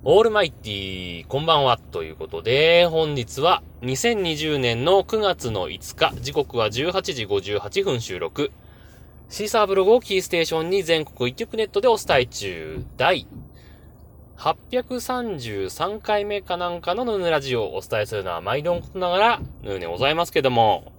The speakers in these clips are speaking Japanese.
オールマイティー、こんばんは、ということで、本日は2020年の9月の5日、時刻は18時58分収録。シーサーブログをキーステーションに全国一曲ネットでお伝え中、第833回目かなんかのヌーネラジオをお伝えするのは毎度のことながら、ヌーネございますけども、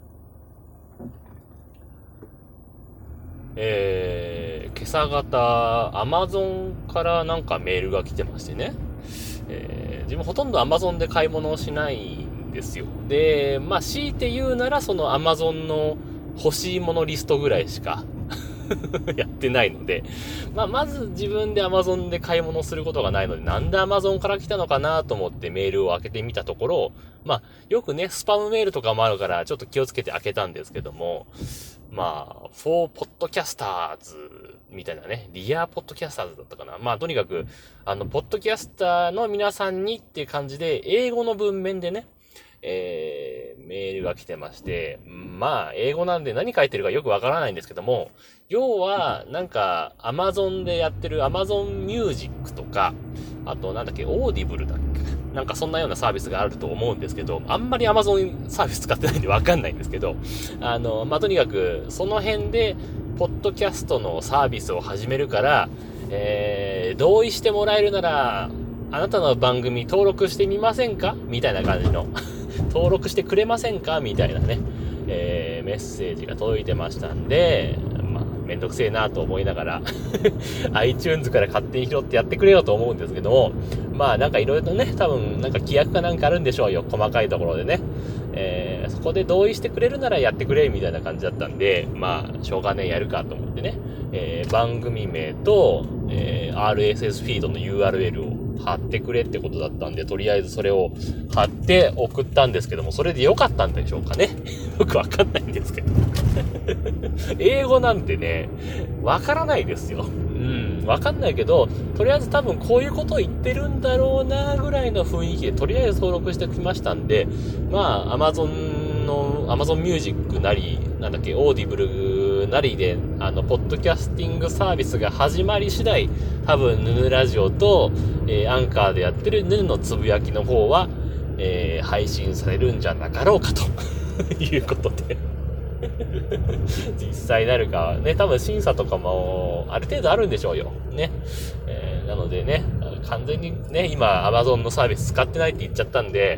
今朝方、アマゾンからなんかメールが来てましてね。自分ほとんど Amazon で買い物をしないんですよ。で、強いて言うならその Amazon の欲しいものリストぐらいしかやってないので、まず自分で Amazon で買い物することがないので、なんで Amazon から来たのかなと思ってメールを開けてみたところ、よくね、スパムメールとかもあるからちょっと気をつけて開けたんですけども、for Podcasters みたいなね、リアポッドキャスターズだったかな。とにかく、ポッドキャスターの皆さんにっていう感じで、英語の文面でね、メールが来てまして、英語なんで何書いてるかよくわからないんですけども、要は、Amazon でやってる Amazon Music とか、あとオーディブルだっけ？そんなようなサービスがあると思うんですけど、あんまり Amazon サービス使ってないんでわかんないんですけど、とにかく、その辺で、ポッドキャストのサービスを始めるから、同意してもらえるなら、あなたの番組登録してみませんか？みたいな感じの。登録してくれませんか？みたいなね、メッセージが届いてましたんで、めんどくせえなと思いながら、iTunes から勝手に拾ってやってくれよと思うんですけども、いろいろとね、多分規約かなんかあるんでしょうよ。細かいところでね。そこで同意してくれるならやってくれみたいな感じだったんで、しょうがねえやるかと思ってね、番組名と、RSS フィードの URL を貼ってくれってことだったんで、とりあえずそれを貼って送ったんですけども、それで良かったんでしょうかね。よくわかんないんですけど。英語なんてね、わからないですよ。わかんないけど、とりあえず多分こういうことを言ってるんだろうなぐらいの雰囲気で、とりあえず登録してきましたんで、Amazon Music なり、オーディブルなりで、ポッドキャスティングサービスが始まり次第、多分、ヌヌラジオと、アンカーでやってるヌヌのつぶやきの方は、配信されるんじゃなかろうかということで。実際なるかはね、多分審査とかもある程度あるんでしょうよ。ね。なのでね、完全にね、今 Amazon のサービス使ってないって言っちゃったんで、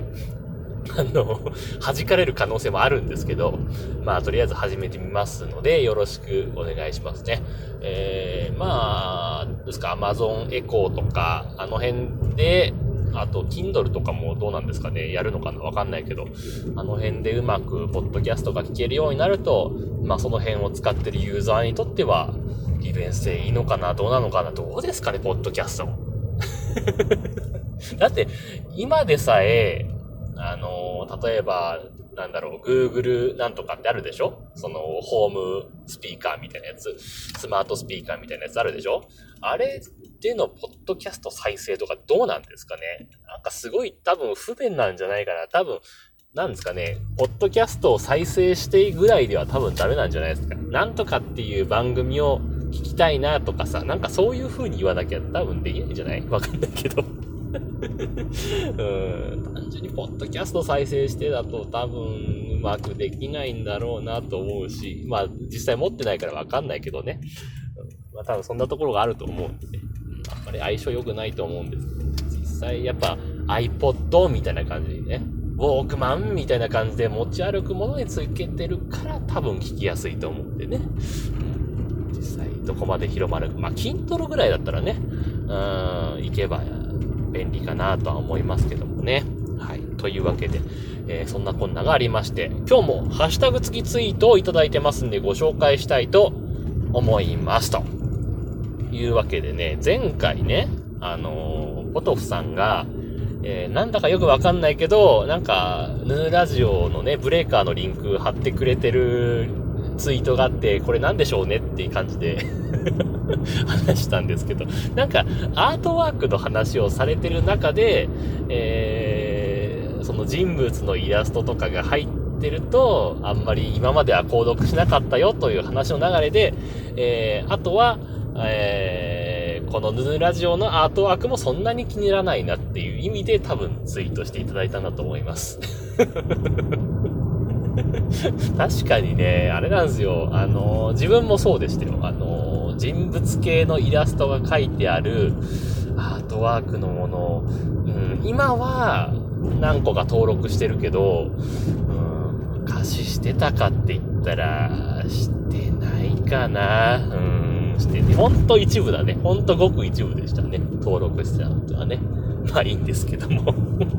弾かれる可能性もあるんですけど、とりあえず始めてみますので、よろしくお願いしますね。ですか、Amazon Echo とか、あの辺で、あと、Kindle とかもどうなんですかね、やるのかなわかんないけど、あの辺でうまく、ポッドキャストが聞けるようになると、その辺を使ってるユーザーにとっては、利便性いいのかな、どうなのかな、どうですかね、ポッドキャスト。だって、今でさえ、例えば、Google なんとかってあるでしょ？その、ホームスピーカーみたいなやつ、スマートスピーカーみたいなやつあるでしょ？あれでのポッドキャスト再生とかどうなんですかね？すごい多分不便なんじゃないかな。多分、なんですかね、ポッドキャストを再生してぐらいでは多分ダメなんじゃないですか。なんとかっていう番組を聞きたいなとかさ、そういう風に言わなきゃ多分できないんじゃない？わかんないけど。単純にポッドキャスト再生してだと多分うまくできないんだろうなと思うし、実際持ってないからわかんないけどね。多分そんなところがあると思うんでね。あんまり相性良くないと思うんですけど、実際やっぱ iPod みたいな感じにね、ウォークマンみたいな感じで持ち歩くものにつけてるから多分聞きやすいと思うんでね。実際どこまで広まる。Kindle ぐらいだったらね、行けば便利かなとは思いますけどもね。はい。というわけで、そんなこんながありまして、今日もハッシュタグ付きツイートをいただいてますんでご紹介したいと思いますと。いうわけでね、前回ね、ポトフさんが、なんだかよくわかんないけど、ヌーラジオのね、ブレーカーのリンク貼ってくれてるツイートがあって、これなんでしょうねっていう感じで話したんですけど、アートワークの話をされてる中で、その人物のイラストとかが入ってると、あんまり今までは購読しなかったよという話の流れで、あとは、 このヌヌラジオのアートワークもそんなに気に入らないなっていう意味で多分ツイートしていただいたんだと思います。確かにね、あれなんですよ。自分もそうでしたよ。人物系のイラストが書いてあるアートワークのもの、今は何個か登録してるけど、昔してたかって言ったら、してないかな。してね。ほんと一部だね。ほんとごく一部でしたね。登録してたのはね。まあいいんですけども。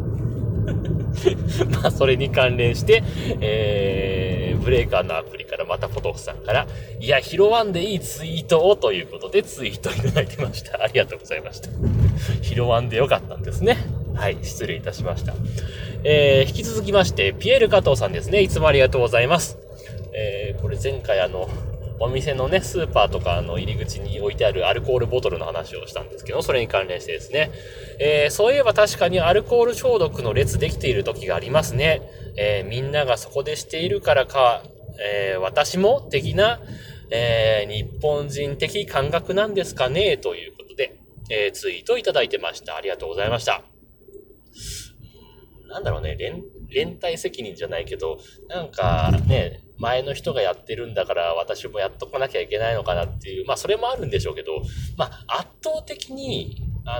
まあそれに関連して、ブレイカーのアプリからまたポトフさんから、いや、拾わんでいいツイートをということでツイートいただいてました。ありがとうございました。拾わんでよかったんですね。はい、失礼いたしました。引き続きまして、ピエール加藤さんですね。いつもありがとうございます。これ前回お店のね、スーパーとか入り口に置いてあるアルコールボトルの話をしたんですけど、それに関連してですね。そういえば確かにアルコール消毒の列できている時がありますね。みんながそこでしているからか、私も的な、日本人的感覚なんですかね、ということで、ツイートいただいてました。ありがとうございました。なんだろうね、連帯責任じゃないけど、なんかね、前の人がやってるんだから私もやっとかなきゃいけないのかなっていう、まあそれもあるんでしょうけど、まあ圧倒的に、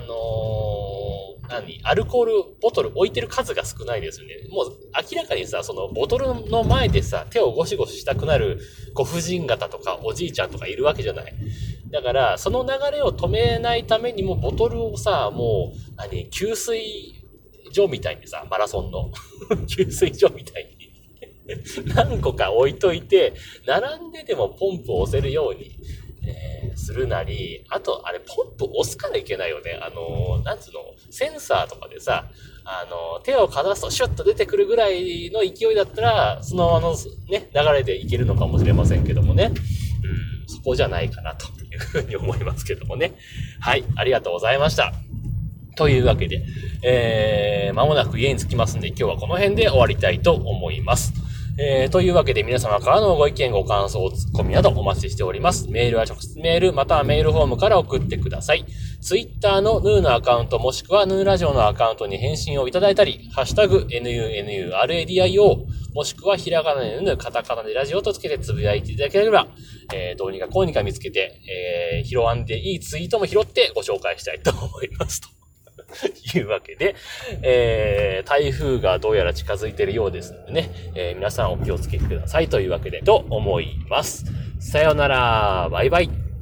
アルコールボトル置いてる数が少ないですよね。もう明らかにさ、そのボトルの前でさ、手をゴシゴシしたくなるご婦人方とかおじいちゃんとかいるわけじゃない。だから、その流れを止めないためにもボトルをさ、もう、給水所みたいにさ、マラソンの給水所みたいに何個か置いといて、並んででもポンプを押せるように、するなり、あと、あれ、ポンプ押すからいけないよね。なんつうの、センサーとかでさ、手をかざすとシュッと出てくるぐらいの勢いだったら、そのね、流れでいけるのかもしれませんけどもね。そこじゃないかなというふうに思いますけどもね。はい、ありがとうございました。というわけで、間もなく家に着きますんで、今日はこの辺で終わりたいと思います。というわけで皆様からのご意見、ご感想、ツッコミなどお待ちしております。メールは直接メール、またはメールフォームから送ってください。ツイッターのヌーのアカウント、もしくはヌーラジオのアカウントに返信をいただいたり、ハッシュタグ、NUNURADIO、もしくはひらがなでヌー、カタカナでラジオとつけてつぶやいていただければ、どうにかこうにか見つけて、拾わんでいいツイートも拾ってご紹介したいと思いますと。いうわけで、台風がどうやら近づいているようですのでね、皆さんお気をつけくださいというわけでと思います。さようなら、バイバイ。